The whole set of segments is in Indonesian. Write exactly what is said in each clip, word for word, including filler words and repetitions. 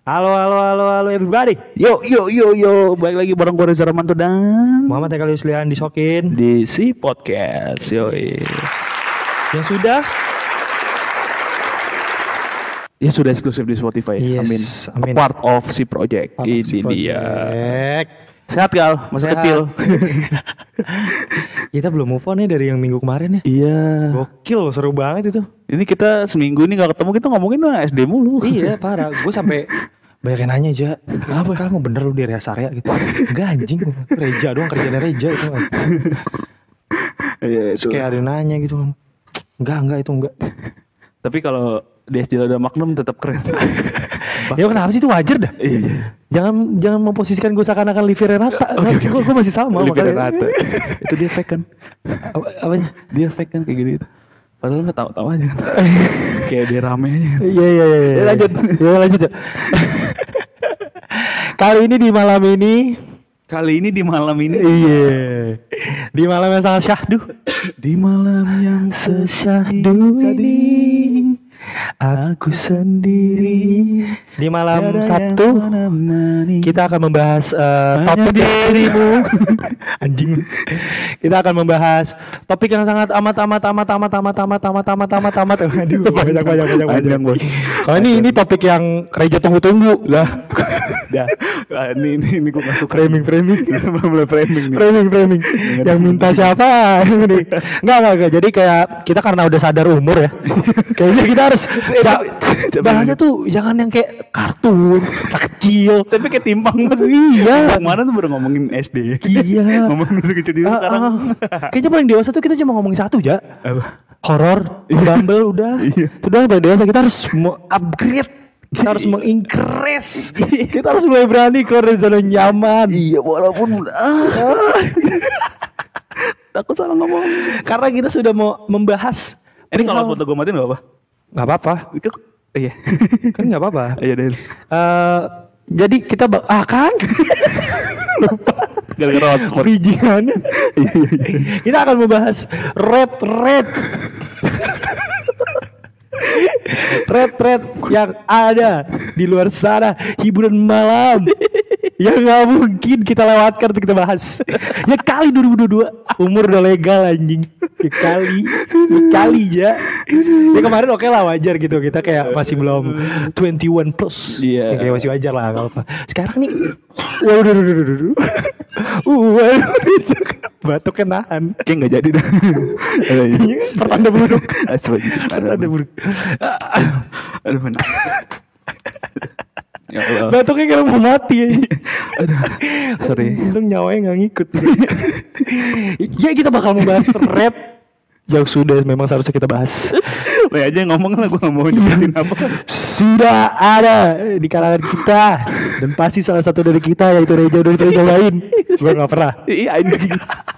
Halo, halo, halo, halo everybody. Yo, yo, yo, yo. Balik lagi bareng gue Reza Ramanto dan Muhammad Eka Liuslian disokin di si podcast. Yoi. yang sudah Ya sudah eksklusif di Spotify. Yes, amin. amin. Part of si project. Part of Ini si dia. project. Sehat Kal, masih Sehat. kecil. Kita belum move on nih dari yang minggu kemarin ya. Iya. Gokil, seru banget itu. Ini kita seminggu ini gak ketemu, kita ngomongin lah S D mulu. Iya, parah. Gue sampai banyak yang nanya aja, apa kalau mau bener lu di rest area gitu? Enggak anjing, Reja doang, kerjanya Reja itu. Iya, itu. Kayak ada yang nanya gitu. Enggak, enggak itu enggak. Tapi kalau di S D ada Magnum tetap keren. Ya kenapa sih itu wajar dah? Iya, iya. Jangan jangan memposisikan gue seakan-akan Livi Renata. Oke, oke, oke. Gue masih sama Lebih makanya. rata. Itu dia fake kan? Apa, apanya? Dia fake kan kayak gitu. Padahal nggak tahu-tahu aja kan. Kayak dia rame aja. Iya iya iya. Ya, lanjut. Ya lanjut. Ya. Kali ini di malam ini, Kali ini di malam ini. iya, di malam yang sangat syahdu, Di malam yang sesyahdu ini, aku sendiri. Di malam Sabtu kita akan membahas uh, topik dirimu. Anjing. Kita akan membahas topik yang sangat amat amat amat amat amat amat amat amat amat amat. Aduh, banyak banyak banyak Panjang, banyak. Bos. Kalau ini ini topik yang Reja tunggu-tunggu lah. Dah. Ah, ini ini ini gue nggak suka. Framing framing. Mulai framing nih. Framing framing. Yang minta siapa? Ini. Enggak enggak enggak. Jadi kayak kita karena udah sadar umur ya. Kayaknya kita harus ba- bahasnya tuh jangan yang kayak kartun, anak kecil. Tapi kayak timpang banget. Iya. Kemarin tuh baru ngomongin S D. Iya. Ngomongin dulu kecil dulu Ah, sekarang. ah. Kayaknya paling dewasa tuh kita cuma ngomongin satu aja. Apa? Horor, Bumble udah. Iya. Sudah paling dewasa kita harus mau upgrade. Kita harus mengincrease. Kita harus mulai berani keluar dari zona nyaman. Iya, walaupun ah. Takut salah ngomong. Karena kita sudah mau membahas. Ini kalau foto gue matiin nggak apa? Nggak apa-apa. Itu iya. Kan nggak apa-apa. Iya deh. Eh, jadi kita bak- ah kan lupa Gara-gara hotspot. bridgingannya. Kita akan membahas red red red red yang ada di luar sana, hiburan malam yang nggak mungkin kita lewatkan untuk kita bahas. Ya kali dua ribu dua puluh dua umur udah legal anjing. Ya kali, ya kali ya. Ya kemarin oke lah wajar gitu, kita kayak masih belum dua puluh satu plus. Iya. Ya, kayak masih wajar lah nggak apa. Sekarang nih, waduh, waduh, waduh, waduh, waduh. Uh, waduh, batuknya nahan. Kayak nggak jadi dah. Iya, pertanda buruk. Pertanda buruk. Aduh mana. Ya Allah. Batuknya kayak mau mati ya. Aduh. Sorry. Untung nyawanya nggak ngikut. Ya kita bakal membahas red. Jauh sudah memang seharusnya kita bahas. Lo aja yang ngomong lah, gue nggak mau nyebutin apa. Sudah ada di kalangan kita dan pasti salah satu dari kita yaitu Reja udah kita cobain. Gue nggak pernah. Iya anjing.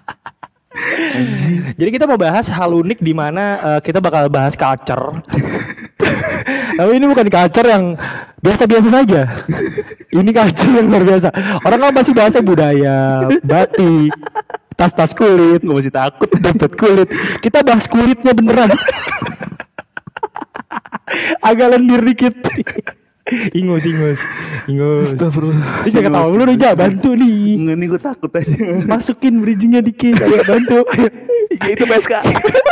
Jadi kita mau bahas hal unik di mana uh, kita bakal bahas culture. Tapi ini bukan culture yang biasa-biasa saja. Ini culture yang luar biasa. Orang kan masih bahasa budaya, batik, tas-tas kulit, Gue masih takut. dapat kulit. Kita bahas kulitnya beneran. Agak lendir dikit. Ingus, ingus, ingus. Astagfirullah. Ini jangan ketawa lu Reja, bantu nih. Nggak nih gue takut aja. Masukin bridgingnya dikit, ayo bantu. Ya itu P S K.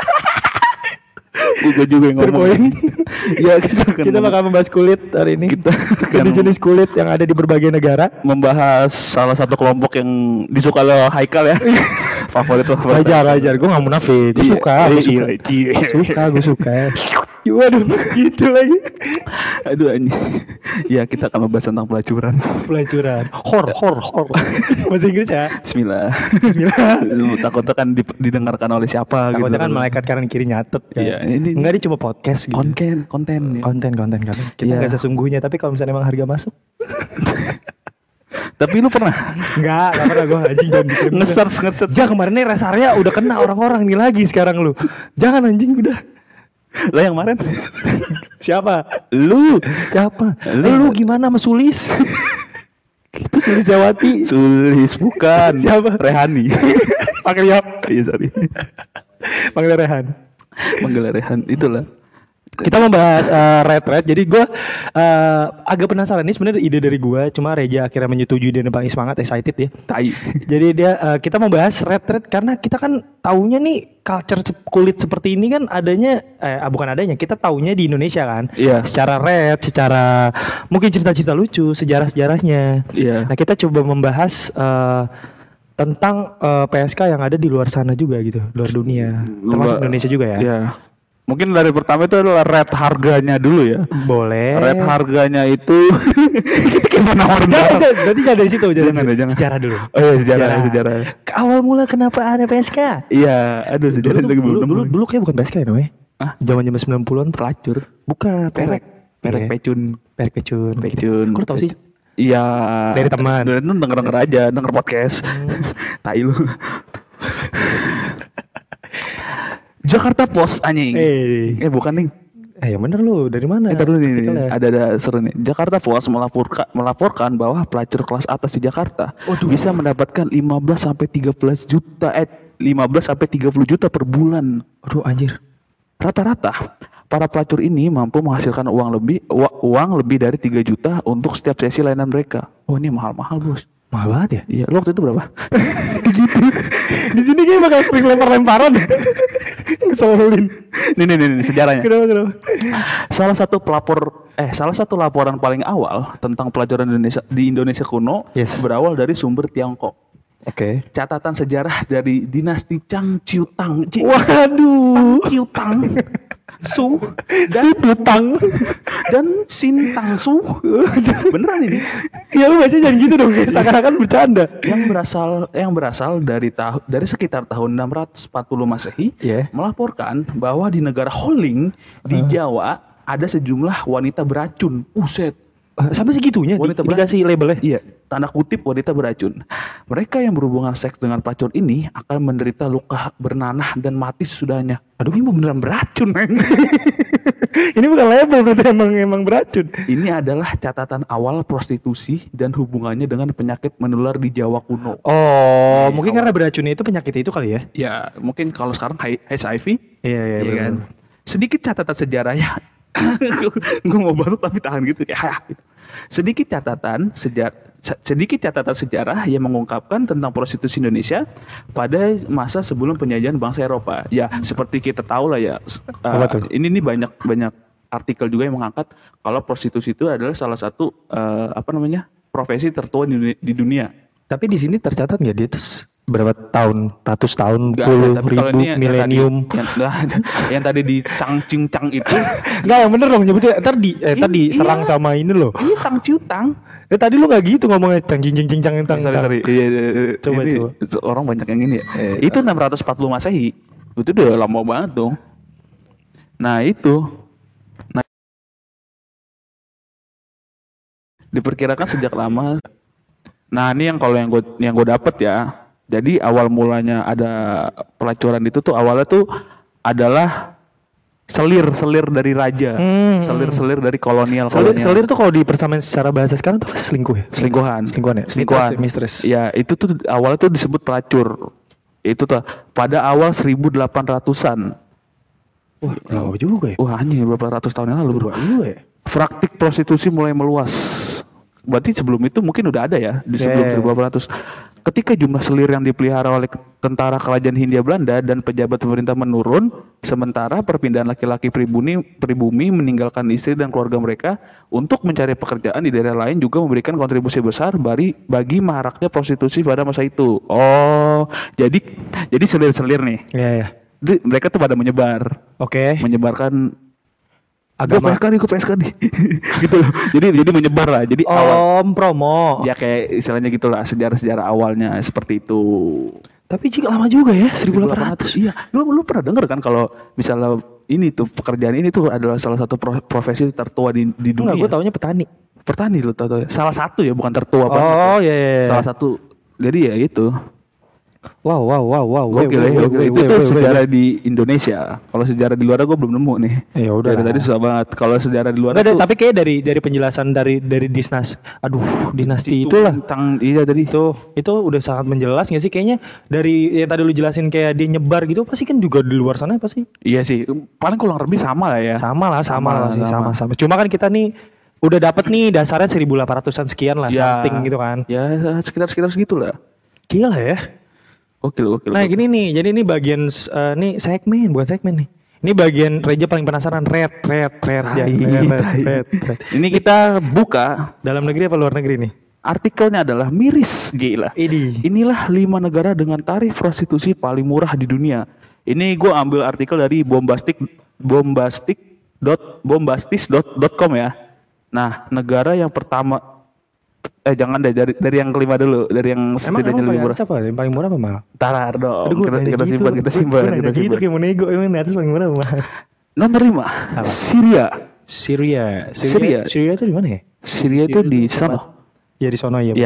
Gue juga yang ngomong. Terpoin. Ya kita akan Kita bakal membahas kulit hari ini. Kita akan Jenis-jenis kulit yang ada di berbagai negara. membahas salah satu kelompok yang disuka oleh Haikal ya. Favorit lo. Wajar, wajar. Gue gak munafik. Gue Iya, suka, gue iya, suka. iya. Suka, gue suka. Waduh, gitu lagi. Aduh anjing. Ya kita akan membahas tentang pelacuran. Pelacuran. Hor, hor, hor. Bahasa Inggris ya. Bismillah. Bismillah. Lu takutnya kan dip- didengarkan oleh siapa Takutnya gitu. kan malaikat kanan kiri nyatet. Iya, Kan. ini- Enggak, dia cuma podcast gitu. Konten, konten. Ya. konten, konten, konten. Kita Iya. nggak sesungguhnya. Tapi kalau misalnya emang harga masuk, Tapi lu pernah enggak, enggak pernah gue anjing jangan dikirim. nge-search nge-search Jangan kemarin nih rest area udah kena orang-orang nih lagi sekarang lu. Jangan anjing udah. lah yang kemarin? Siapa? Lu Siapa? Lu. Lu gimana sama Sulis? Itu Sulis Jawati. Sulis bukan. Siapa? Rehani. Panggil ya. Iya sorry. Panggil Rehan. Manggil Rehan itulah. Kita membahas uh, red red. Jadi gue uh, agak penasaran, ini sebenarnya ide dari gue, cuma Reja akhirnya menyetujui dan paling semangat, excited ya. Tai. Jadi dia uh, kita membahas red red karena kita kan taunya nih culture kulit seperti ini kan adanya eh bukan adanya, kita taunya di Indonesia kan. Iya. Secara red, secara mungkin cerita-cerita lucu, sejarah-sejarahnya. Iya. Nah, kita coba membahas uh, tentang uh, P S K yang ada di luar sana juga gitu, luar dunia, termasuk Indonesia juga ya. Iya. Mungkin dari pertama itu adalah rate harganya dulu ya. Boleh. Rate harganya itu gimana orang Jangan, jangan, berarti jangan dari situ, jangan, Jangan, jangan. sejarah dulu. Oh iya, sejarah, sejarah. Ke awal mula kenapa ada P S K? Iya, aduh sejarah Dulu, itu dulu, belum. dulu, dulu kayak bukan P S K ya namanya? Ah, Zaman-zaman sembilan puluhan pelacur. bukan, Perek. Perek Iya. pecun. Perek pecun. Pecun. Kok lu tahu sih? Iya. Dari teman. Dari teman denger-denger aja, denger podcast. Tai lu. Jakarta Post anjing. Eh, Eh bukan nih. eh yang bener lu, dari mana? Eh taruh nih, nih. Artikelnya. ada ada seru nih. Jakarta Post melaporkan melaporkan bahwa pelacur kelas atas di Jakarta Waduh. bisa mendapatkan lima belas sampai tiga belas juta eh lima belas sampai tiga puluh juta per bulan. Aduh anjir. Rata-rata para pelacur ini mampu menghasilkan uang lebih wa- uang lebih dari tiga juta untuk setiap sesi layanan mereka. Oh, ini mahal-mahal, Bos. Mahal banget ya? Iya, lo waktu itu berapa? Gitu. Di sini kayak bakal sering lempar-lemparan. Ngeselin. Nih nih nih, nih sejarahnya. Kenapa kenapa? Salah satu pelapor eh salah satu laporan paling awal tentang pelajaran Indonesia di Indonesia kuno Yes. berawal dari sumber Tiongkok. Oke. Catatan sejarah dari dinasti Chang Chiutang. Ci- Waduh. Chiutang. Su Si putang. dan Sintang Su. Beneran ini. Ya lu baca jangan gitu dong, kayak seakan-akan bercanda. Yang berasal yang berasal dari tahun dari sekitar tahun enam ratus empat puluh Masehi Iya. melaporkan bahwa di negara Holling di Jawa ada sejumlah wanita beracun. Uset. Uh, sampai segitunya di, Wanita beracun. dikasih labelnya. Iya, tanda kutip wanita beracun. Mereka yang berhubungan seks dengan pelacur ini akan menderita luka bernanah dan mati sesudahnya. Aduh, ini beneran beracun, men. Ini bukan label, berarti emang emang beracun. Ini adalah catatan awal prostitusi dan hubungannya dengan penyakit menular di Jawa kuno. Oh, Iya, mungkin awal. karena beracunnya itu penyakit itu kali ya? Ya, mungkin kalau sekarang H I V, Iya iya ya kan. Sedikit catatan sejarahnya. Gue mau batuk tapi tahan gitu ya. Sedikit catatan sejarah sedikit catatan sejarah yang mengungkapkan tentang prostitusi Indonesia pada masa sebelum penjajahan bangsa Eropa. Ya, seperti kita tahu lah ya. uh, Apa tuh? ini nih banyak banyak artikel juga yang mengangkat kalau prostitusi itu adalah salah satu uh, apa namanya? Profesi tertua di dunia. Di dunia. Tapi di sini tercatat nggak dia tuh berapa tahun, ratus tahun, Nggak puluh ada, tapi kalau ribu, ini yang- milenium. Yang tadi, yang, yang tadi di Cang Cing Cang itu, Enggak, yang bener dong nyebutnya. Ntar di eh, Iya, tadi serang iya. sama ini loh. ini Tang Ciutang. Eh tadi lu nggak gitu ngomongnya cang cing cing cing cang cang. sorry sorry iya, iya, iya. Coba, Ini coba. orang banyak yang ini ya. Eh, itu enam ratus empat puluh Masehi, itu udah lama banget dong. Nah itu, nah diperkirakan sejak lama. Nah ini yang kalau yang gue yang gue dapet ya, jadi awal mulanya ada pelacuran itu tuh awalnya tuh adalah selir selir dari raja, Hmm. selir selir dari kolonial Selir, kolonial. selir tuh kalau dipersamain secara bahasa sekarang tuh pasti selingkuh ya? Selingkuhan. Selingkuhan ya? Selingkuhan. Mistress. Ya, itu tuh awalnya tuh disebut pelacur. Itu tuh pada awal seribu delapan ratusan. Wah, lama juga ya? Wah, anjing berapa ratus tahun yang lalu, Bro. Berdua juga ya? Praktik prostitusi mulai meluas. Berarti sebelum itu mungkin udah ada ya di sebelum Yeah. seribu delapan ratus. Ketika jumlah selir yang dipelihara oleh tentara kerajaan Hindia Belanda dan pejabat pemerintah menurun, sementara perpindahan laki-laki pribumi, pribumi meninggalkan istri dan keluarga mereka untuk mencari pekerjaan di daerah lain juga memberikan kontribusi besar bagi bagi maraknya prostitusi pada masa itu. Oh, jadi jadi selir-selir nih. Iya ya. Di- mereka tuh pada menyebar, Oke. menyebarkan Agama. Gue P S K nih, gue P S K nih. Gitu loh. Jadi jadi menyebar lah. Jadi awal Om promo. ya kayak istilahnya gitulah sejarah-sejarah awalnya seperti itu. Tapi jika lama juga ya, seribu delapan ratus. Iya, lu lu pernah denger kan kalau misalnya ini tuh pekerjaan ini tuh adalah salah satu pro- profesi tertua di di Enggak, dunia. gue taunya petani. Petani lu tahu tahu. Salah satu ya, bukan tertua Oh iya iya. iya. Salah satu. Jadi ya itu. Wow, wow, wow, wow. Gokil ya, gokil. Itu tuh sejarah di Indonesia. Kalau sejarah di luar gue belum nemu nih. Ya udah. Dari tadi susah banget. Kalau sejarah di luar Enggak, tuh tapi kayak dari dari penjelasan dari dari Disnas. Aduh, dinasti itulah. tentang iya tadi. Itu itu udah sangat menjelas nggak sih kayaknya dari yang tadi lu jelasin kayak dia nyebar gitu pasti kan juga di luar sana pasti. Iya sih. Paling kurang lebih sama lah ya. Sama lah, sama, Sama lah lah, sih, sama. sama-sama. Cuma kan kita nih udah dapat nih dasarnya seribu delapan ratusan sekian lah, Ya, something gitu kan. Ya sekitar-sekitar segitulah. Gila ya. Oke, oke. Nah gini nih, jadi ini bagian uh, nih segmen, bukan segmen nih. Ini bagian Reja paling penasaran, red, red, red, ya, Tai, red, red, tai. red, red. Ini kita buka. Dalam negeri apa luar negeri nih? Artikelnya adalah miris, gila. Ini. Inilah lima negara dengan tarif prostitusi paling murah di dunia. Ini gue ambil artikel dari bombastic bombastic dot bombastis dot com ya. Nah, negara yang pertama eh jangan deh dari dari yang kelima dulu, dari yang Emang, setidaknya emang lebih paling murah. atas apa? Yang paling murah apa mahal? Tarar dong. Aduh, gua kita nanya kita gitu. simpan, kita Gua- simpan, gua nanya kita gitu simpan. kayak mau nego, emang di atas paling murah apa mahal? Nomor lima, Apa? Syria. Syria. Syria. Syria itu di mana ya? Syria itu di sana. Ya di sono ya. Ya.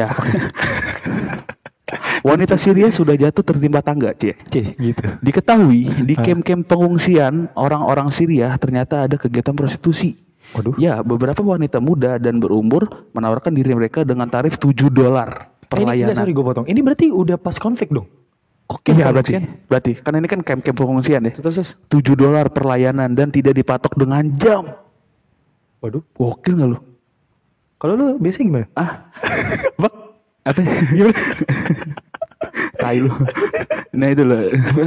Wanita Syria sudah jatuh tertimpa tangga, Cie. Cih, gitu. Diketahui di Hah? kem-kem pengungsian orang-orang Syria ternyata ada kegiatan prostitusi. Waduh. Ya, beberapa wanita muda dan berumur menawarkan diri mereka dengan tarif tujuh dolar per Eh, ini, enggak, layanan. sorry gue potong. Ini berarti udah pas konflik dong? Kok Iya berarti, berarti kan ini kan kem-kem pengungsian ya. Terus, terus. tujuh dolar per layanan dan tidak dipatok dengan jam. Waduh. Gokil nggak lu? Kalau lu biasanya gimana? Ah, Bak. apa? Gimana? Tai lu. Nah itu loh.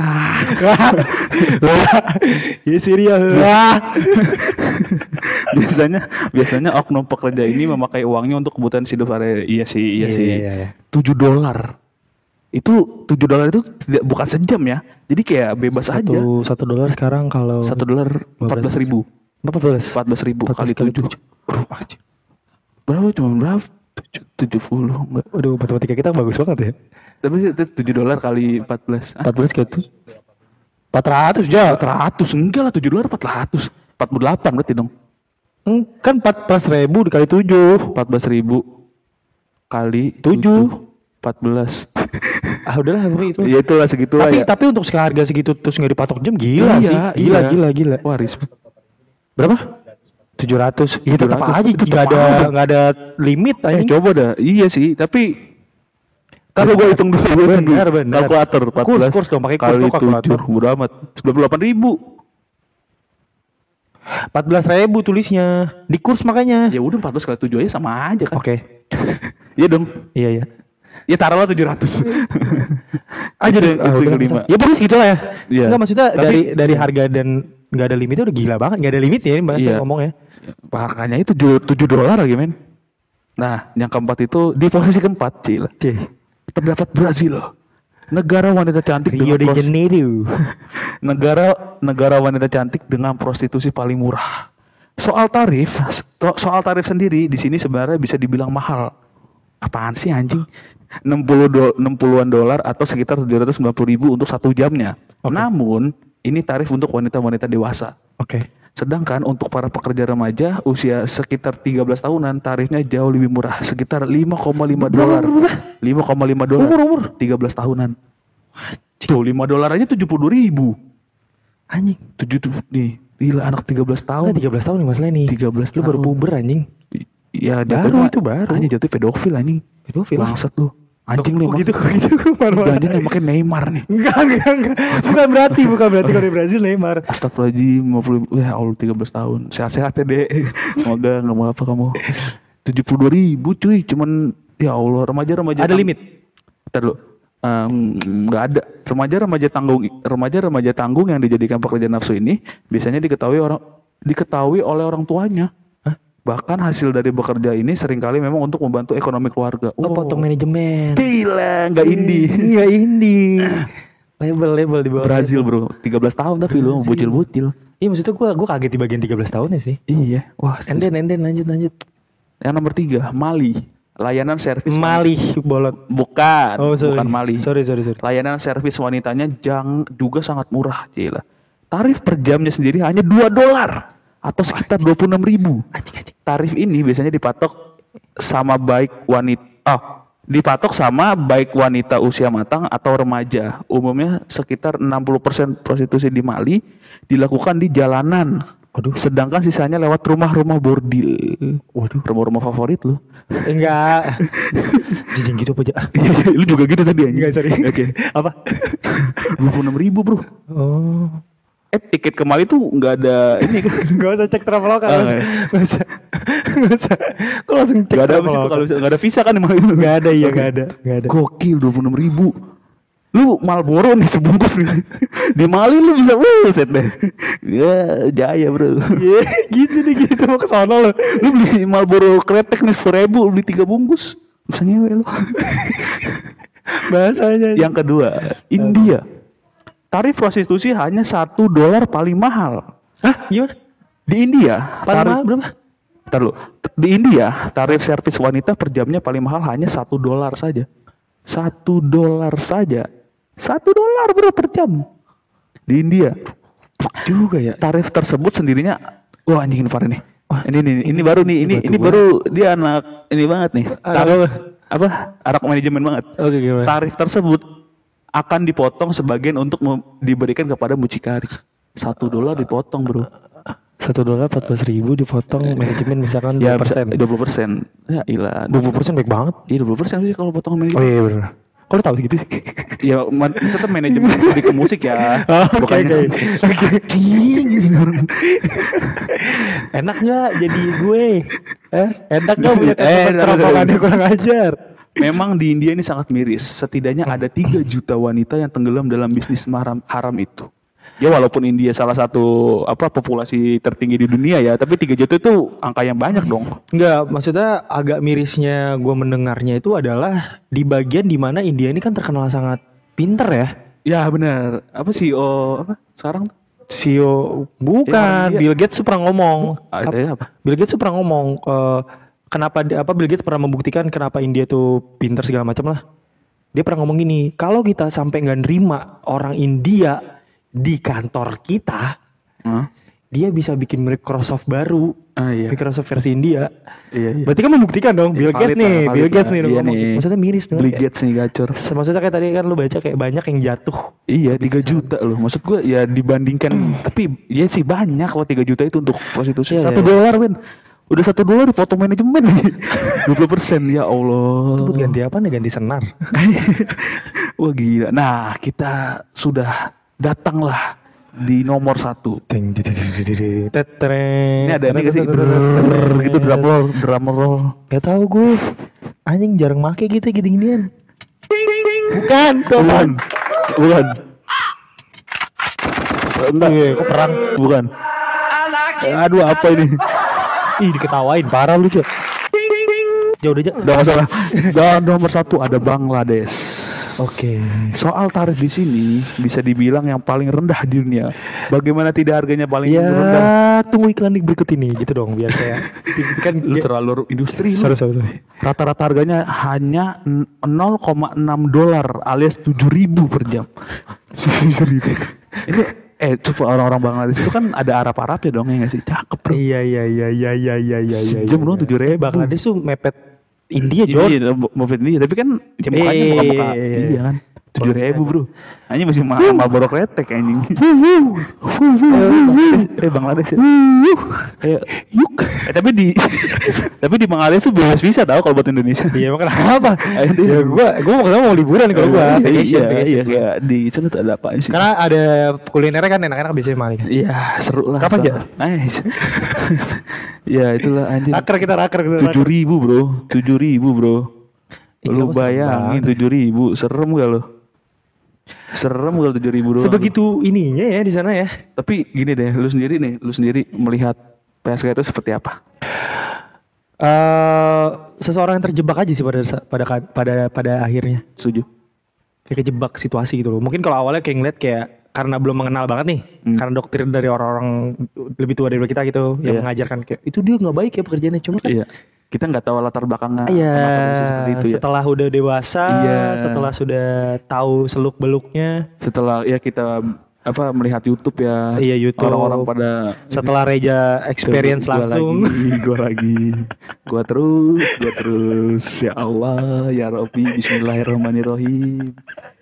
Ya Syria. Wah. biasanya biasanya oknum pekerja ini memakai uangnya untuk kebutuhan hidup sehari. Iya sih, iya, Iya, sih. iya, iya. tujuh dolar. Itu tujuh dolar itu tidak bukan sejam ya. Jadi kayak bebas aja. Satu, satu dolar sekarang kalau Satu dolar empat belas ribu. Berapa belas? Empat belas ribu kali tujuh. Wah, Berapa cuma berapa? Tujuh puluh enggak. waduh, matematika kita bagus banget ya. Tapi itu tujuh dolar kali empat belas. Empat belas gitu. Empat ratus ya. Empat ratus enggak lah, tujuh dolar empat ratus. Empat puluh delapan berarti dong. Kan empat belas ribu dikali tujuh. Empat belas ribu kali Tujuh. Empat belas. Ah udahlah pokoknya itu. Ya itulah segitu lah Tapi ya. tapi untuk harga segitu terus nggak dipatok jam gila Iya, sih. Gila, iya. gila, gila. Wah respect. Berapa? tujuh ratus. Iya tetap tujuh ratus. aja Itu nggak tetap ada aja. nggak ada limit Eh anjing. coba dah. Iya sih, tapi kalau gue hitung dulu, gue hitung dulu. Benar, benar. Kalkulator empat Kurs, belas kurs dong, pakai kurs kali tuh kalkulator. tujuh, bodo amat. sembilan puluh delapan ribu. Empat belas ribu tulisnya di kurs makanya. Ya udah empat belas kali tujuh aja sama aja kan. Oke. Iya dong. Iya iya. Ya taruhlah tujuh ratus. Aja deh. Itu Ah, udah, kelima. ya bagus gitu lah ya. Iya. Enggak maksudnya Tapi- dari dari harga dan nggak ada limitnya udah gila banget. Nggak ada limit ya ini bahasa Iya. ngomongnya. Makanya itu tujuh dolar lagi men. Nah, yang keempat itu di posisi keempat, Cil. Cih. Terdapat Brazil. Negara wanita cantik Rio de dengan pros- Janeiro. negara negara wanita cantik dengan prostitusi paling murah. Soal tarif, so- soal tarif sendiri di sini sebenarnya bisa dibilang mahal. Apaan sih anjing? enam puluh do, enam puluhan dolar atau sekitar tujuh ratus sembilan puluh ribu untuk satu jamnya. Oke. Namun, ini tarif untuk wanita-wanita dewasa. Oke. Sedangkan untuk para pekerja remaja usia sekitar tiga belas tahunan tarifnya jauh lebih murah, sekitar lima koma lima dolar. lima koma lima dolar. Umur-umur. tiga belas tahunan. Tuh lima dolar aja tujuh puluh ribu. Anjing. tujuh tuh nih, gila anak tiga belas Tahun tahun. tiga belas tahun nih masalahnya nih. tiga belas Lu baru tahun. puber anjing. Ya Baru jatuhnya- itu baru. Hanya jatuh pedofil anjing. Pedofil. Bangsat lu. Anjing Kok lu emang. gitu kok gitu marah-marah. Anjing emangnya Neymar nih. Enggak, enggak, enggak. Bukan berarti, bukan berarti kalau di Brazil Neymar. Astagfirullahaladzim, lima puluh ribu. Ya Allah, tiga belas tahun. Sehat-sehat ya, Dek. Semoga nggak mau apa kamu. tujuh puluh dua ribu cuy. Cuman, ya Allah, remaja-remaja. Ada tang- limit? Ntar dulu. Em, nggak ada. Remaja-remaja tanggung, remaja-remaja tanggung yang dijadikan pekerja nafsu ini biasanya diketahui orang, diketahui oleh orang tuanya. Hah? Bahkan hasil dari bekerja ini seringkali memang untuk membantu ekonomi keluarga. Oh, potong manajemen. Gila, nggak indie. Enggak indie. Label-label di bawah. Brazil bro, tiga belas tahun tapi lu Brazil. bocil-bocil. Iya maksudnya gua gua kaget di bagian tiga belas tahunnya sih. Iya, wah. Enden enden lanjut lanjut. Yang nomor tiga, Mali. Layanan servis. Mali bolot. Bukan, Oh, sorry. bukan Mali. Sorry, sorry, sorry. Layanan servis wanitanya jang juga sangat murah, gila. Tarif per jamnya sendiri hanya dua dolar atau sekitar dua puluh enam ribu. Anjing anjing. Tarif ini biasanya dipatok sama baik wanita. Oh, dipatok sama baik wanita usia matang atau remaja. Umumnya sekitar enam puluh persen prostitusi di Mali dilakukan di jalanan. Waduh. Sedangkan sisanya lewat rumah-rumah bordil. Waduh, rumah-rumah favorit lu. Enggak. Jijing gitu apa aja. Lu juga gitu tadi anjing. Enggak, sorry. Oke. Apa? dua puluh enam ribu, Bro. Oh. Eh, tiket ke Mali tuh nggak ada ini kan. Gak usah cek Traveloka. Oh, Gak iya. usah. Gak usah. Kok langsung cek Gak ada apa sih Traveloka? kalau nggak ada visa kan di Mali itu. Gak ada, iya Oke. gak ada. Gak ada. Gokil dua puluh enam ribu. Lu Marlboro nih sebungkus nih. Di Mali lu bisa buset deh. Ya jaya bro. Iya gitu deh gitu mau ke sono lo. Lu beli Marlboro kretek nih seribu, beli tiga bungkus. Bisa ngewe lu. Bahasanya. Yang kedua, India. Tarif prostitusi hanya satu dolar paling mahal. Hah? Gimana? Di India, Paling tarif- mahal berapa? Ntar lu. Di India, tarif servis wanita per jamnya paling mahal hanya satu dolar saja. Satu dolar saja. Satu dolar bro per jam. Di India. Juga ya. Tarif tersebut sendirinya, wah anjing Far ini. Wah, ini nih, ini, ini baru nih, ini batu ini banget. baru dia anak ini banget nih. Anak Tarif apa? apa? Anak manajemen banget. Oke gimana? Tarif tersebut akan dipotong sebagian untuk mem- diberikan kepada mucikari. Satu dolar dipotong bro. Satu dolar empat belas ribu dipotong manajemen misalkan Ya dua persen. dua puluh persen. Ya ilah. Dua puluh persen baik banget. Iya dua puluh persen sih kalau potong manajemen. Oh iya benar. Kok lu tahu segitu sih? Ya man- maksudnya manajemen lebih ke musik ya. Oh, oke, Bukannya oke. Enak nggak jadi gue? Eh, enak nggak punya Eh, teman teromongannya kurang ajar? Memang di India ini sangat miris. Setidaknya ada tiga juta wanita yang tenggelam dalam bisnis haram, haram itu. Ya walaupun India salah satu apa populasi tertinggi di dunia ya, tapi tiga juta itu angka yang banyak dong. Enggak, maksudnya agak mirisnya gue mendengarnya itu adalah di bagian dimana India ini kan terkenal sangat pinter ya. Ya benar. Apa C E O apa sekarang? C E O Ya, bukan, India. Bill Gates tuh pernah ngomong. Ada Ap- ya apa? Bill Gates tuh pernah ngomong eh, kenapa di- apa Bill Gates pernah membuktikan kenapa India tuh pinter segala macam lah. Dia pernah ngomong gini, kalau kita sampai nggak nerima orang India di kantor kita, Hah? dia bisa bikin Microsoft baru, Ah iya. Microsoft versi India. Iya iya. Berarti kan membuktikan dong, Bill Gates Valid nih, lah, valid Bill Gates lah. nih, Iya ngomong. nih. Maksudnya miris dong. Bill Gates nih gacor. Maksudnya kayak tadi kan lu baca kayak banyak yang jatuh. Iya, Habis tiga kesana. juta loh. Maksud gua ya dibandingkan, tapi ya sih banyak kalau tiga juta itu untuk prostitusi. Iya, Satu iya. dolar Ben. Udah satu dolar dipotong manajemen dua puluh persen ya Allah. Itu buat ganti apa nih? Ganti senar. Wah gila. Nah kita sudah datanglah di nomor satu. Ting, di- di- di- di- di- di- tetere. Ini ada ini gak sih? Brrrr, gitu drum roll, drum roll. Gak tau gue. Anjing jarang make gitu gini-ginian. Bukan, Bukan, bukan. Enggak, Iya, kok perang? bukan. Aduh apa ini? Ih, diketawain parah lu, Cok. Jauh udah, Cok. Udah masalah. Dan nomor satu ada Bangladesh. Oke. Soal tarif di sini bisa dibilang yang paling rendah di dunia. Bagaimana tidak harganya paling Ya, rendah? tunggu iklan berikut ini gitu dong biar kayak kan Lu terlalu industri lu. sorry, sorry, sorry. Rata-rata harganya hanya nol koma enam dolar alias tujuh ribu per jam. tujuh ribu. Ini eh coba orang-orang Bangladesh itu kan ada Arab-Arab ya dong ya nggak sih? Cakep bro. Iya, iya, iya, iya, iya, iya, iya, iya. Sejam dong tujuh ribu. Bangladesh tuh mepet India, Jor. Iya, mau India, tapi kan ya mukanya Iya, muka muka iya, iya. iya kan. Tujuh ribu bro. Anjing masih mahal Marlboro kretek anjing. Eh Bangladesh ya. Eh, yuk. Eh, tapi di tapi di Bangladesh tuh bebas visa tahu kalau buat Indonesia. Iya, emang kenapa? Ayo, ya gua gua mau ketemu mau liburan kalau gua. Iya, Vacation, iya, vacation. iya, kayak di sana tuh ada apa sih? Karena ada kulinernya kan enak-enak biasanya Mali kan. Iya, seru lah. Kapan, Ja? Nice. Ya itulah anjing. Raker kita raker kita. Tujuh ribu bro, tujuh ribu bro. Ih, Lu kamu serem bayangin banget. tujuh ribu, serem gak lo? Serem gak tujuh ribu doang? Sebegitu ininya ya di sana ya. Tapi gini deh, lu sendiri nih, lu sendiri melihat P S K itu seperti apa? Eh seseorang yang terjebak aja sih pada pada pada pada akhirnya. Setuju? Kayak kejebak situasi gitu loh. Mungkin kalau awalnya kayak ngeliat kayak karena belum mengenal banget nih, Hmm. karena doktrin dari orang-orang lebih tua dari kita gitu yang Iya. mengajarkan kayak itu dia nggak baik ya pekerjaannya cuma kan Iya. Kita nggak tahu latar belakangnya iya, kenapa bisa seperti itu ya. setelah udah dewasa, Iya. setelah sudah tahu seluk beluknya, Setelah ya kita apa melihat YouTube ya. Iya, YouTube. Orang-orang pada Setelah Reja experience gua langsung. lagi, gua lagi, gua terus, gua terus. Ya Allah, ya Rabbi, Bismillahirrahmanirrahim.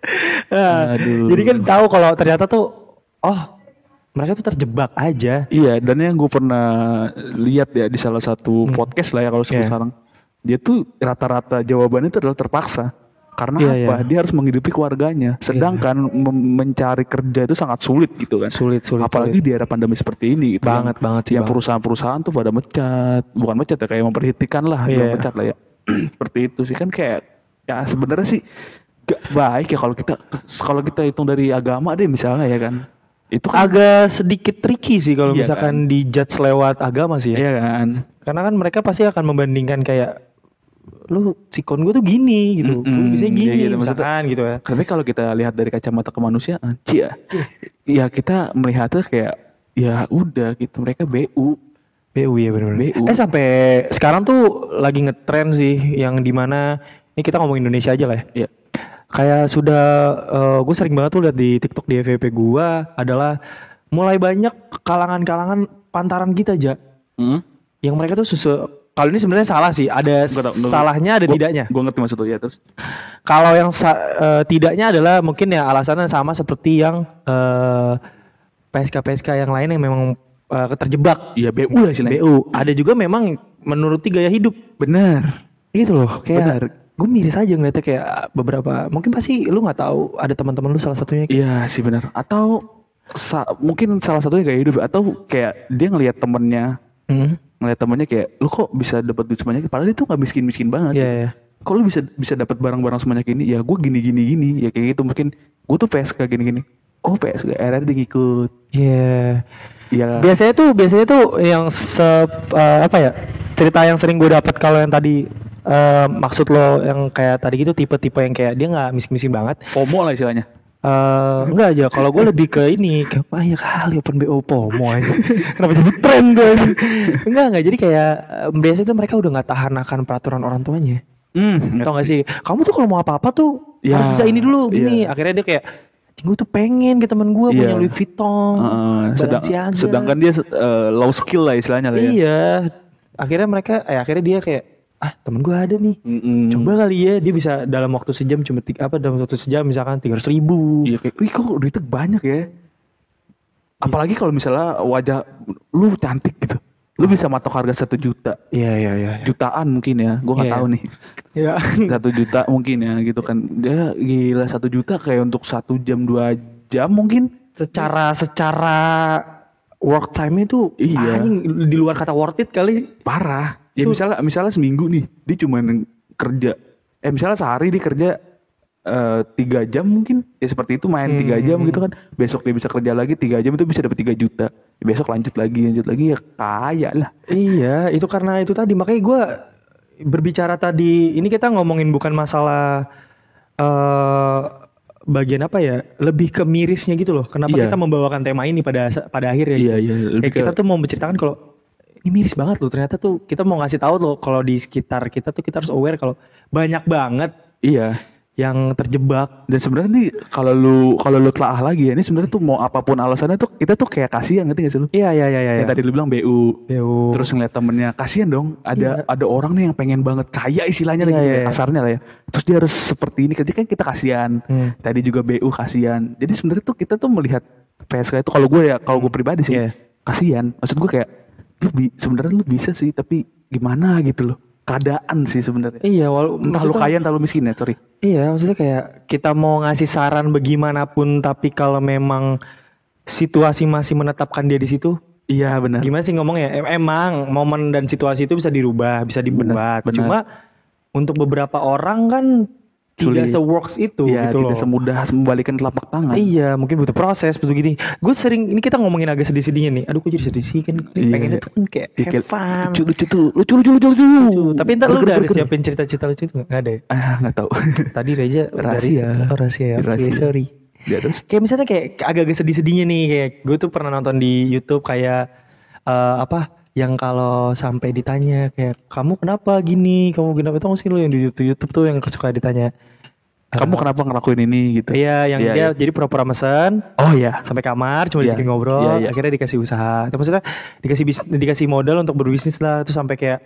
Nah, Aduh. jadi kan tahu kalau ternyata tuh, oh mereka tuh terjebak aja. Iya, dan yang gue pernah lihat ya di salah satu Hmm. podcast lah ya kalau sebut Iya. sekarang, dia tuh rata-rata jawabannya itu adalah terpaksa. Karena Iya, apa? iya. Dia harus menghidupi keluarganya. Sedangkan mem- mencari kerja itu sangat sulit gitu kan. Sulit, sulit, Apalagi sulit. di era pandemi seperti ini gitu. Banget, yang, banget sih, yang banget. perusahaan-perusahaan tuh pada mecat, bukan mecat ya, kayak memperhatikan lah, Iya. jangan mecat lah ya. Seperti itu sih kan kayak ya sebenarnya sih gak baik ya kalau kita kalau kita hitung dari agama deh misalnya ya kan. Itu kan Agak sedikit tricky sih kalau Iya, misalkan dijudge lewat agama sih ya. iya kan. Karena kan mereka pasti akan membandingkan kayak lu sikon gue tuh gini gitu, Mm-mm, lu bisa iya gini gitu, maksudnya- misalkan gitu ya. Tapi kalau kita lihat dari kacamata kemanusiaan, cia, ya kita melihatnya kayak ya udah gitu mereka B U. B U ya benar. B U. Eh sampai sekarang tuh lagi ngetren sih yang dimana ini kita ngomong Indonesia aja lah ya. Ya. Kayak sudah gue sering banget tuh lihat di TikTok di F Y P gue adalah mulai banyak kalangan-kalangan pantaran kita aja Hmm? yang mereka tuh susu. Kalau ini sebenarnya salah sih, ada Gua tau, gua- salahnya ada gua- tidaknya. Gua ngerti maksud lu ya terus. Kalau yang sa- eh, tidaknya adalah mungkin ya alasannya sama seperti yang eh, P S K P S K yang lain yang memang eh, terjebak Iya B U lah istilahnya. B U. Ada juga memang menuruti gaya hidup. Benar. Gitu loh, Benar. kayak gue miris aja ngeliatnya kayak beberapa. Mungkin pasti lu nggak tahu ada teman-teman lu salah satunya. Iya sih benar. Atau sa- mungkin salah satunya gaya hidup atau kayak dia ngelihat temennya, Hmm. ngelihat temennya kayak lu kok bisa dapat duit sebanyak itu? Padahal itu nggak miskin-miskin banget. Iya, iya. Kok lu bisa bisa dapat barang-barang sebanyak ini? Ya gue gini gini gini. Ya kayak gitu mungkin gue tuh P S K gini gini. Oh P S K R R D ngikut. Iya. Iya. Biasanya tuh biasanya tuh yang se eh, apa ya? Cerita yang sering gue dapat kalau yang tadi eh, maksud lo yang kayak tadi gitu tipe-tipe yang kayak dia nggak miskin-miskin banget. FOMO lah istilahnya. Eh enggak aja kalau gue lebih ke ini kayak ah ya kali open B O Pomo aja. Kenapa jadi tren gue? Enggak enggak jadi kayak eh, biasanya tuh mereka udah nggak tahan akan peraturan orang tuanya. Hmm. Tau gak sih? Kamu tuh kalau mau apa-apa tuh Ya, harus bisa ini dulu gini. iya. Akhirnya dia kayak gue tuh pengen ke temen gue punya Iya. Louis Vuitton, Heeh, sedang- Balenciaga. sedangkan dia eh, low skill lah istilahnya lah ya. Iya. Akhirnya mereka, eh akhirnya dia kayak, ah temen gue ada nih. Mm-mm. Coba kali ya dia bisa dalam waktu sejam cuma tiga apa dalam waktu sejam misalkan tiga ratus ribu. Iya kayak, wih kok duitnya banyak ya. Apalagi kalau misalnya wajah lu cantik gitu, lu bisa matok harga satu juta, Iya iya iya. jutaan mungkin ya, gua nggak Iya. tahu nih, Iya. satu juta mungkin ya gitu kan, dia gila satu juta kayak untuk satu jam dua jam mungkin. secara secara work time itu Iya. anjing di luar kata worth it kali. Parah. Ya Itu- misalnya misalnya seminggu nih, dia cuma kerja, eh misalnya sehari dia kerja eh, tiga jam mungkin, ya seperti itu main tiga Hmm. jam gitu kan, besok dia bisa kerja lagi tiga jam itu bisa dapat tiga juta, ya, besok lanjut lagi lanjut lagi ya kaya lah. Iya, itu karena itu tadi makanya gue berbicara tadi. Ini kita ngomongin bukan masalah eh bagian apa ya, lebih ke mirisnya gitu loh. Kenapa Iya. kita membawakan tema ini pada pada akhirnya? Iya gitu. iya. Kayak lebih kita ke- tuh mau menceritakan kalau ini miris banget loh. Ternyata tuh kita mau ngasih tahu loh kalau di sekitar kita tuh kita harus aware kalau banyak banget iya. yang terjebak. Dan sebenarnya nih kalau lu kalau lu telaah lagi ya, ini sebenarnya tuh mau apapun alasannya tuh kita tuh kayak kasihan ngerti gak sih lu? Iya iya iya iya. Yang tadi lu bilang B U. B U. Terus ngeliat temennya kasihan dong, ada Iya. ada orang nih yang pengen banget kaya istilahnya Iya, lah gitu iya, ya, iya. kasarnya lah ya. Terus dia harus seperti ini, ketika kita kasihan. Hmm. Tadi juga B U kasihan. Jadi sebenarnya tuh kita tuh melihat P S K itu kalau gue ya, kalau gue pribadi sih Iya. kasihan. Maksud gue kayak lu bi- sebenarnya lu bisa sih, tapi gimana gitu loh. Keadaan sih sebenarnya. Iya, walau Entah lu maksudnya- kaya entah lu miskin ya, sorry. Iya, maksudnya kayak kita mau ngasih saran bagaimanapun, tapi kalau memang situasi masih menetapkan dia di situ, Iya benar. gimana sih ngomongnya? Em- Emang momen dan situasi itu bisa dirubah, bisa dibuat. benar. Cuma untuk beberapa orang kan tidak Sulit. se-works itu Iya, gitu loh. tidak semudah membalikan telapak tangan. Iya, mungkin butuh proses, butuh gini. Gue sering, ini kita ngomongin agak sedih-sedihnya nih. Aduh, kok jadi sedih sih kan? Iya. Pengennya tuh kan kayak Iya, have kayak fun. lucu lucu tuh, lucu lucu lucu lucu. Tuh, tapi ntar lu Ger- udah ger- ada ger- siapin cerita-cerita lucu itu nggak? Nggak ada ya? Ah, nggak tahu. Tadi Reja udah Rahasia. riset. Oh, rahasia ya. Oke, Rahasia. sorry. Ya terus. Kayak misalnya kayak agak-agak sedih-sedihnya nih, kayak gue tuh pernah nonton di YouTube kayak eh, apa yang kalau sampai ditanya kayak kamu kenapa gini, kamu kenapa, itu sih lo yang di YouTube YouTube tuh yang suka ditanya kamu Uh, kenapa ngelakuin ini gitu. Iya, yang Iya, dia iya. jadi pura-pura mesen Oh iya. sampai kamar cuma Iya. diajakin ngobrol, Iya, iya. akhirnya dikasih usaha. Itu maksudnya dikasih bis, dikasih modal untuk berbisnis lah, terus sampai kayak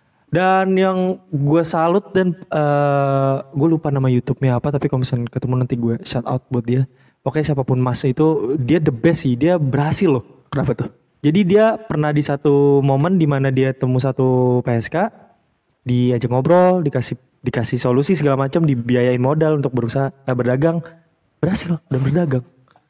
dan yang gue salut dan eh gue lupa nama YouTube-nya apa, tapi kalau misalnya ketemu nanti gue shout out buat dia. Pokoknya siapapun Mas itu dia the best sih, dia berhasil loh. Kenapa tuh? Jadi dia pernah di satu momen di mana dia temu satu P S K, diajak ngobrol, dikasih dikasih solusi segala macam, dibiayain modal untuk berusaha eh, berdagang, berhasil dan berdagang.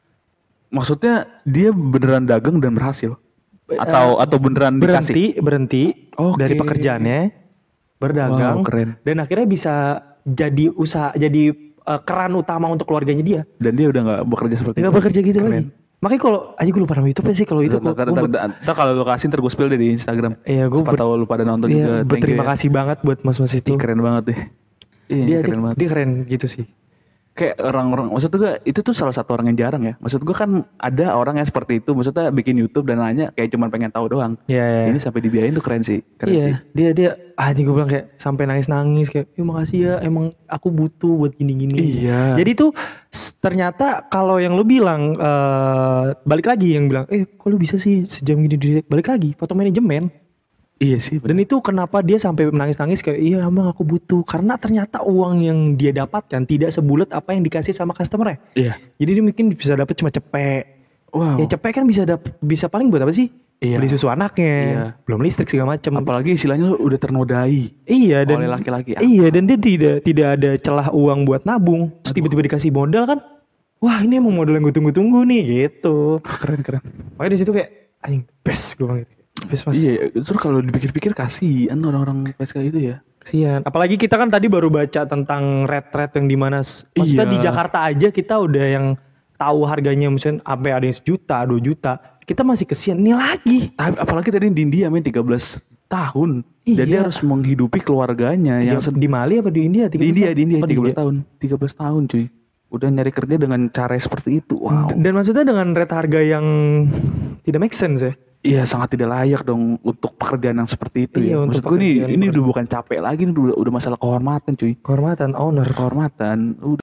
Maksudnya dia beneran dagang dan berhasil? Atau Eh, atau beneran dikasih? berhenti berhenti Oke. dari pekerjaannya, berdagang, Wow, keren. dan akhirnya bisa jadi usaha, jadi eh, keran utama untuk keluarganya dia. Dan dia udah nggak bekerja seperti Nggak itu. bekerja gitu Keren. lagi. Makanya kalau aja gue lupa nama YouTube-nya sih, kalau itu Ntar, gua- ntar, gua ntar, ber- ntar, ntar kalau lu kasih ntar gue spill deh di Instagram. Iya, gua Siapa ber- tahu lu pada nonton iya, juga. Thank you berterima ya. kasih banget buat mas-mas itu. Ih, keren banget deh. Iya, dia, keren dia, banget. dia keren gitu sih. Kayak orang-orang, maksud gue itu tuh salah satu orang yang jarang ya. Maksud gue kan ada orang yang seperti itu, maksudnya bikin YouTube dan nanya kayak cuman pengen tahu doang. Iya, iya. Ini sampai dibiayain tuh keren sih, keren Iya, sih. dia dia ah gue bilang kayak sampai nangis-nangis kayak, "Ya makasih ya, emang aku butuh buat gini-gini." Iya. Jadi tuh s- ternyata kalau yang lu bilang eh balik lagi yang bilang, "Eh, kok lu bisa sih sejam gini di balik lagi foto manajemen." Iya sih. Dan itu kenapa dia sampai menangis-nangis kayak, "Iya, emang aku butuh." Karena ternyata uang yang dia dapatkan tidak sebulat apa yang dikasih sama customer-nya. Iya. Jadi dia mungkin bisa dapat cuma cepek. Wow. Ya cepek kan bisa dap- bisa paling buat apa sih? Iya. Beli susu anaknya, Iya. belum listrik segala macam. Apalagi istilahnya lu udah ternodai. Iya dan oleh laki-laki. Iya dan dia tidak tidak ada celah uang buat nabung. Terus Aduh. tiba-tiba dikasih modal kan. Wah, ini emang modal yang gue tunggu-tunggu nih gitu. Keren keren. Makanya di situ kayak anjing best gue bilang gitu. Best Mas. Iya, terus kalau dipikir-pikir kasihan orang-orang P S K itu ya. Kasian. Apalagi kita kan tadi baru baca tentang rate-rate yang di mana s- maksudnya Iya. di Jakarta aja kita udah yang tahu harganya misalnya sampai ada yang sejuta, dua juta. Kita masih kesian ini lagi. Tapi apalagi tadi di India main tiga belas tahun. Dan dia Iya. harus menghidupi keluarganya yang Tiga- di Mali apa di India? di India, di India Oh, tiga belas tahun. tiga belas tahun cuy. Udah nyari kerja dengan cara seperti itu. Wow. Dan maksudnya dengan rate harga yang tidak make sense ya. Iya, sangat tidak layak dong untuk pekerjaan yang seperti itu Iya, ya. untuk Maksud gue nih, pekerjaan ini per- udah bukan capek lagi, ini udah, udah masalah kehormatan cuy. Kehormatan owner. Kehormatan, udah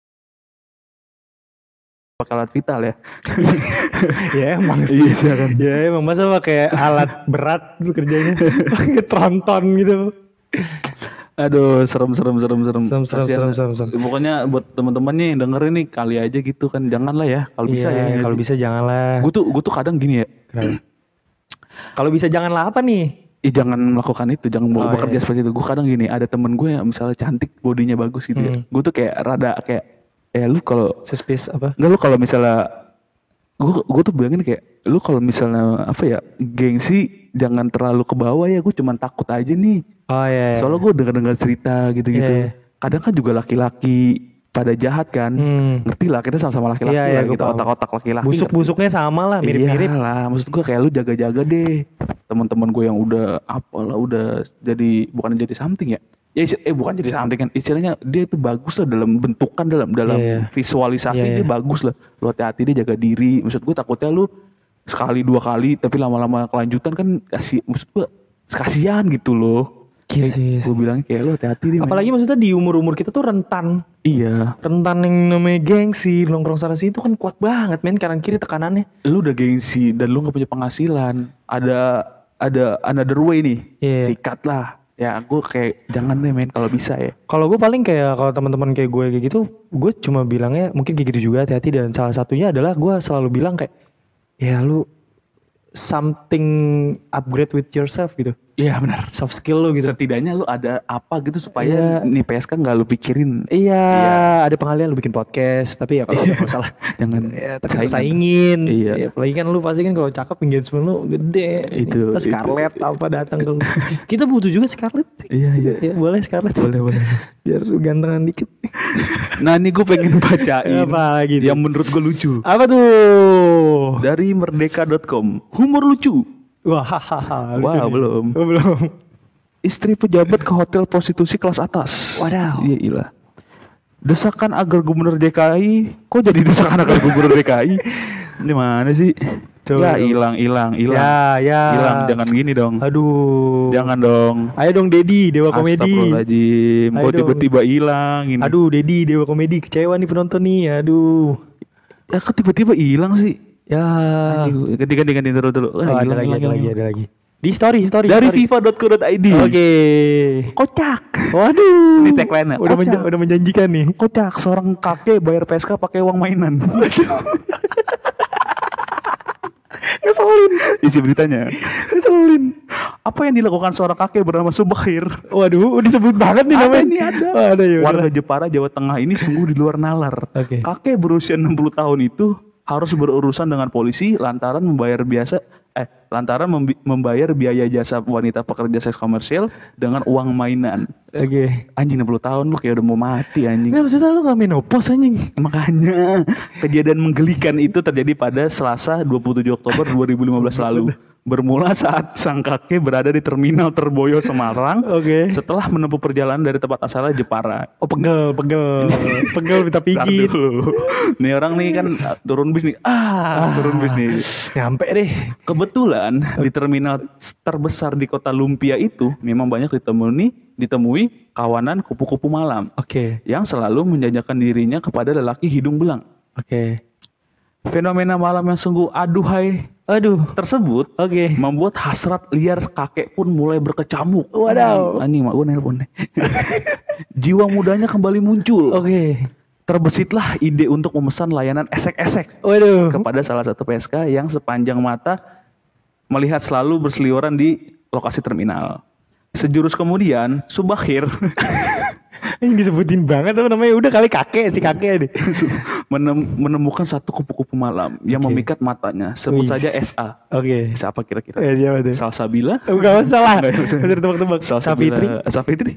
pakai alat vital ya. Ya emang sih. Iya, silakan. Ya emang masa pakai alat berat tuh kerjanya. Pakai tronton gitu. Aduh, serem serem serem serem. Serem, serem, Kasihan. serem, serem, serem. Pokoknya buat teman-teman nih yang dengerin nih kali aja gitu kan, janganlah ya kalau bisa Iya, ya. kalau bisa janganlah. Gue tuh gue tuh kadang gini ya. Kenapa? Kalau bisa janganlah apa nih? Ih, jangan melakukan itu, jangan Oh, bekerja iya. seperti itu. Gue kadang gini, ada temen gue yang misalnya cantik, bodinya bagus gitu ya. Hmm. Gue tuh kayak rada kayak, eh lu kalau Suspicious apa? Enggak, lu kalau misalnya gue gue tuh bilangin kayak lu kalau misalnya apa ya, gengsi jangan terlalu ke bawah ya, gue cuman takut aja nih. Oh iya. iya. Soalnya gue dengar-dengar cerita gitu-gitu. Iya, iya. Kadang kan juga laki-laki pada jahat kan. Hmm. Ngerti lah, kita sama-sama laki-laki Iya, iya, lah gua gitu, paham. otak-otak laki-laki. Busuk-busuknya sama lah, mirip-mirip. Iyalah, maksud gue kayak lu jaga-jaga deh. Teman-teman gue yang udah apalah, udah jadi bukan jadi something ya. Ya isi- eh bukan jadi something kan. Istilahnya dia itu bagus lah dalam bentukan, dalam dalam Iya, iya. visualisasi Iya, dia iya. bagus lah. Lu hati-hati, dia jaga diri. Maksud gue takutnya lu sekali dua kali tapi lama-lama kelanjutan kan kasih, maksud gue kasihan gitu loh. Iya sih. Gue bilang kayak lu hati-hati deh. men. Apalagi maksudnya di umur-umur kita tuh rentan. Iya. Rentan yang namanya gengsi, nongkrong sana sini tuh kan kuat banget men, kanan kiri tekanannya. Lu udah gengsi dan lu gak punya penghasilan, ada ada another way nih, Iya. sikat lah. Ya gue kayak jangan deh men kalau bisa ya. Kalau gue paling kayak kalau teman-teman kayak gue kayak gitu, gue cuma bilangnya mungkin kayak gitu juga, hati-hati. Dan salah satunya adalah gue selalu bilang kayak, ya lu something upgrade with yourself gitu, Iya benar. soft skill lu gitu. Setidaknya lu ada apa gitu supaya Iya. nih P S K nggak lu pikirin. Iya, Iya. ada pengalian lu bikin podcast, tapi ya kalau Iya. nggak salah. Jangan Ya, tapi saingan. saingin. Iya. Ya, apalagi kan lu pasti kan kalau cakep engagement lu gede. Itu, Terus Scarlett itu. apa datang ke lu. Kita butuh juga Scarlett. Iya iya. Ya, boleh Scarlett. Boleh boleh. Biar lu gantengan dikit. Nah ini gue pengen bacain Apa lagi tuh? yang menurut gue lucu Apa tuh? dari merdeka dot com. Humor lucu. Wah, hahaha, lucu Wah, nih. belum. Oh, belum. Istri pejabat ke hotel prostitusi kelas atas. Wadaw. Iya ilah. Desakan agar gubernur D K I. Kok jadi desakan agar gubernur D K I? Ini mana sih? betul. Ya hilang, hilang, hilang. Ya, ya. Hilang, jangan gini dong. Aduh. Jangan dong. Ayo dong Dedi, Dewa Komedi. Astagfirullahaladzim. Ayo Kok dong. tiba-tiba hilang ini. Aduh, Dedi, Dewa Komedi, kecewa nih penonton nih. Aduh. Ya kok tiba-tiba hilang sih. Ya. Aduh, ganti-ganti dulu dulu. Oh, ada lagi, ada lagi, ada lagi. Di story, story. Dari story. fifa dot co dot i d. Oke. Kocak. Waduh. Ini tagline-nya. Udah, Kocak. menja- udah menjanjikan nih. Kocak, seorang kakek bayar P S K pakai uang mainan. Ngeselin. Isi beritanya. Ngeselin. Apa yang dilakukan seorang kakek bernama Subahir? Waduh, disebut banget nih Ada namanya. nih, ada. Oh, ada ya. Warga udahlah. Jepara, Jawa Tengah ini sungguh di luar nalar. Oke. Kakek berusia enam puluh tahun itu harus berurusan dengan polisi lantaran membayar biasa eh lantaran membi- membayar biaya jasa wanita pekerja seks komersial dengan uang mainan. Oke. Anjing enam puluh tahun lu kayak udah mau mati anjing. Nggak, maksudnya lu gak menopause anjing. Makanya kejadian menggelikan itu terjadi pada Selasa dua puluh tujuh Oktober dua ribu lima belas lalu. Bermula saat sang kakek berada di Terminal Terboyo Semarang Oke. setelah menempuh perjalanan dari tempat asalnya Jepara. Oh, pegel, pegel. Pegel minta Ntar pijit. dulu. Nih orang nih kan uh, turun bis nih. Ah, turun bis nih. Nyampe deh. Kebetulan di terminal terbesar di kota Lumpia itu memang banyak ditemui ditemui kawanan kupu-kupu malam Oke. yang selalu menjajakan dirinya kepada lelaki hidung belang. Oke. Fenomena malam yang sungguh aduhai Aduh. tersebut Oke. membuat hasrat liar kakek pun mulai berkecamuk. Wadaw. Anjing mak gue nelpon nih. Jiwa mudanya kembali muncul. Oke. Terbesitlah ide untuk memesan layanan esek-esek Waduh. kepada salah satu P S K yang sepanjang mata melihat selalu berseliweran di lokasi terminal. Sejurus kemudian, Subahir Ini disebutin banget apa namanya? Udah kali kakek si kakek deh. menem- menemukan satu kupu-kupu malam yang Oke. memikat matanya. Sebut Wih. saja S A. Oke. Siapa kira-kira? Eh, siapa tuh? Salsabila? Enggak usah lah. Nggak usah. Bisa tebak-tebak. Safitri. Salsabila. Safitri.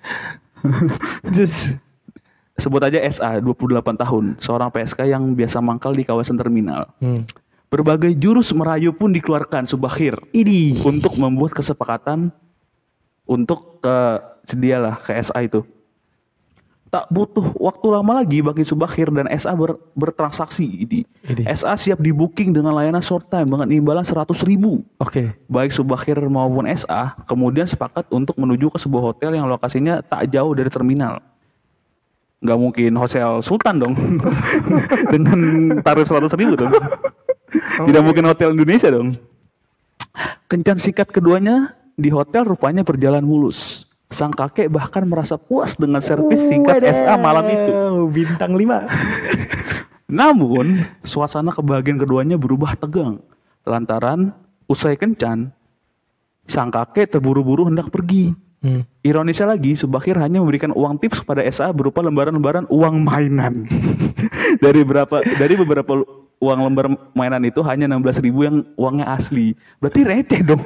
Just. Sebut aja S A, dua puluh delapan tahun, seorang P S K yang biasa mangkal di kawasan terminal. Hmm. Berbagai jurus merayu pun dikeluarkan Subahir Ini. untuk membuat kesepakatan untuk ke sedialah ke S A itu. Tak butuh waktu lama lagi bagi Subahir dan S A ber, bertransaksi ini. Ini. S A siap di booking dengan layanan short time dengan imbalan seratus ribu. Oke. Baik Subahir maupun S A kemudian sepakat untuk menuju ke sebuah hotel yang lokasinya tak jauh dari terminal. Nggak mungkin Hotel Sultan dong. Dengan tarif seratus ribu dong. Tidak mungkin Hotel Indonesia dong. Kencan singkat keduanya di hotel rupanya berjalan mulus. Sang kakek bahkan merasa puas dengan servis singkat S A malam itu. Wadaw, bintang lima. Namun, suasana kebahagiaan keduanya berubah tegang. Lantaran, usai kencan, sang kakek terburu-buru hendak pergi. Hmm. Ironisnya lagi, Subahir hanya memberikan uang tips kepada S A berupa lembaran-lembaran uang mainan. dari berapa dari beberapa uang lembar mainan itu hanya enam belas ribu yang uangnya asli. Berarti receh dong.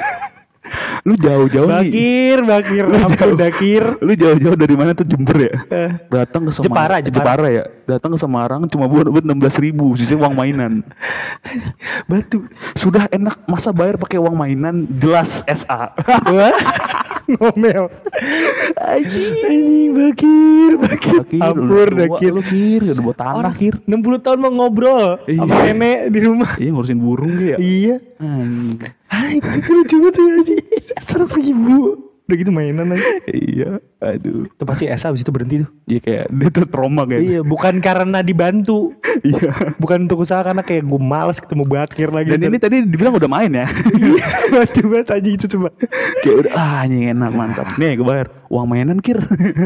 Lu jauh-jauh nih. Bakir, bakir, Lu ampun jauh- Dakir. Lu jauh-jauh dari mana tuh, Jember ya? Eh, Datang ke Semarang. Jepara, Jepara. ya. Datang ke Semarang cuma buat buat enam belas ribu, sisanya uang mainan. Batu. Sudah enak masa bayar pakai uang mainan, jelas S A. Wah, ngomel. Anjing, anjing, bakir, bakir. Kir, Ampun, udah tua, Dakir. lu kir, udah buat tanah Orang kir. enam puluh tahun mau ngobrol Iya. sama nenek di rumah. Iya ngurusin burung dia. Ya. Iya. Anjing. Hai, itu lucu banget ya anjing. Seratus ribu. Udah gitu mainan aja. Iya, aduh. Itu pasti Esa abis itu berhenti tuh. Iya kayak dia tuh trauma kayak. Iya, bukan karena dibantu. Iya. Bukan untuk usaha, karena kayak gue males ketemu Bakir lagi. Dan ini tadi dibilang udah main ya. Batu banget aja itu coba. Kayak udah ah anjing enak mantap. Nih gue bayar uang mainan kir.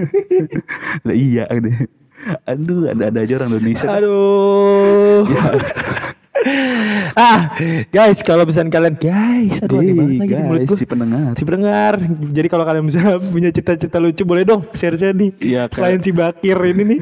Lah iya deh. Aduh, ada-ada aja orang Indonesia. Aduh. Ya. Ah, guys, kalau misalnya kalian guys, aduh aneh banget lagi di mulut guys, gue. si pendengar. Si pendengar. Jadi kalau kalian bisa punya cerita-cerita lucu, boleh dong share-share nih. Iya, kayak- Selain si Bakir ini nih.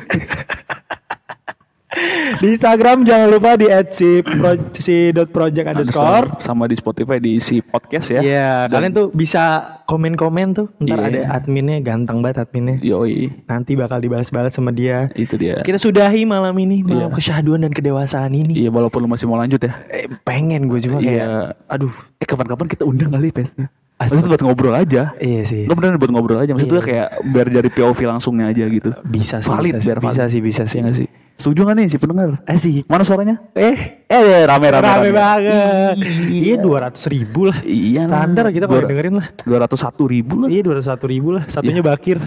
Di Instagram jangan lupa di at si pro, si dot project underscore. Sama di Spotify diisi podcast ya. Iya, Dan- kalian tuh bisa komen-komen tuh. Ntar Iya. ada adminnya, ganteng banget adminnya. Yoi, Nanti bakal dibalas-balas sama dia. itu dia. Kita sudahi malam ini, malam Iya. kesyahduan dan kedewasaan ini. Iya, walaupun lu masih mau lanjut ya. Eh, pengen gue cuma kayak, Iya. aduh, Eh kapan-kapan kita undang kali pesnya. Astaga. Maksudnya buat ngobrol aja. iya sih. Lo beneran buat ngobrol aja. Maksudnya Iya. kayak biar dari P O V langsungnya aja gitu. Bisa sih, Valid, bisa, sih, biar bisa valid. sih, bisa sih. Iya nggak sih? Setuju nggak nih si pendengar? Asik. Mana suaranya? Eh, Eh rame rame rame banget. Iya dua ratus ribu lah. Iya lah. Standar kita kalau Dua- dengerin lah. dua ratus satu ribu lah. Iya dua ratus satu ribu lah. Satunya Iya. Bakir.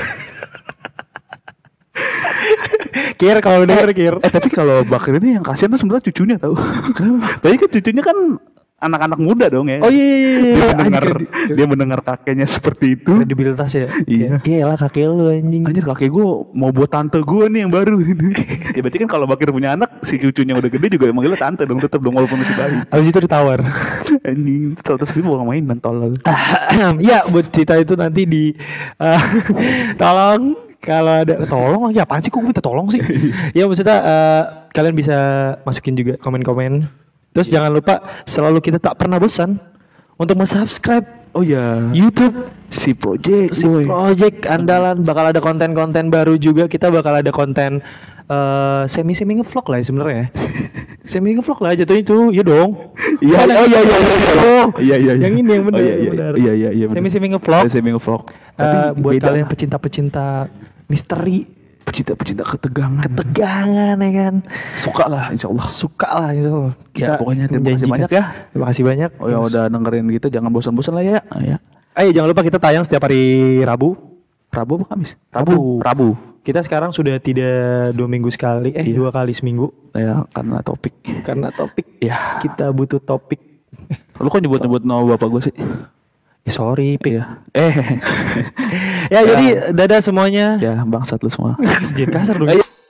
Kir kalau denger Kir. Eh tapi kalau Bakir ini yang kasihan tuh sebenarnya cucunya tahu. Kenapa? Tapi kan cucunya kan anak-anak muda dong ya. Oh iya iya iya. Dia mendengar Anjir, dia mendengar kakeknya seperti itu. kredibilitas ya. Iya. Iya lah kakek lu anjing. Anjir kakek gue mau buat tante gue nih yang baru. Ya berarti kan kalau Bakir punya anak, si cucunya udah gede juga manggilnya tante dong, tetap dong walaupun masih bayi. Habis itu ditawar. Anjing, seratus ribu orang main mentol. Iya buat cerita itu nanti di eh, tolong kalau ada tolong lagi apaan sih kok gue minta tolong sih? Ya maksudnya eh, kalian bisa masukin juga komen-komen. Terus jangan lupa selalu kita tak pernah bosan untuk subscribe Oh ya, YouTube si Project si boy. Project andalan, bakal ada konten-konten baru juga. Kita bakal ada konten eh, semi-semi ngevlog lah ya sebenarnya. Semi ngevlog lah jatuhnya itu, ya dong. Iya, Mana oh iya iya yang- iya. Oh, Iya iya iya. yang ini yang benar. Oh, iya, iya, yang benar. iya iya iya. benar. Semi-semi ngevlog. Semi ngevlog. Eh, buat beda kalian lah. pecinta-pecinta misteri, pecinta-pecinta ketegangan. tegangan ya kan. Suka lah insya Allah. Suka lah itu. Ya, pokoknya terima kasih menjanjikan. banyak ya. Terima kasih banyak. Oh ya udah dengerin kita, jangan bosan-bosan lah ya. Ya. Ayo jangan lupa kita tayang setiap hari Rabu. Rabu apa Kamis? Rabu. Rabu. Kita sekarang sudah tidak dua minggu sekali, eh Iya. dua kali seminggu Ya karena topik. karena topik. Ya. Kita butuh topik. Lu kok nyebut-nyebut nama bapak gue sih? Ya sorry, Pik. Iya. Eh. Ya jadi dadah semuanya. Ya bangsat lu semua. Jadi kasar dong. Ayo.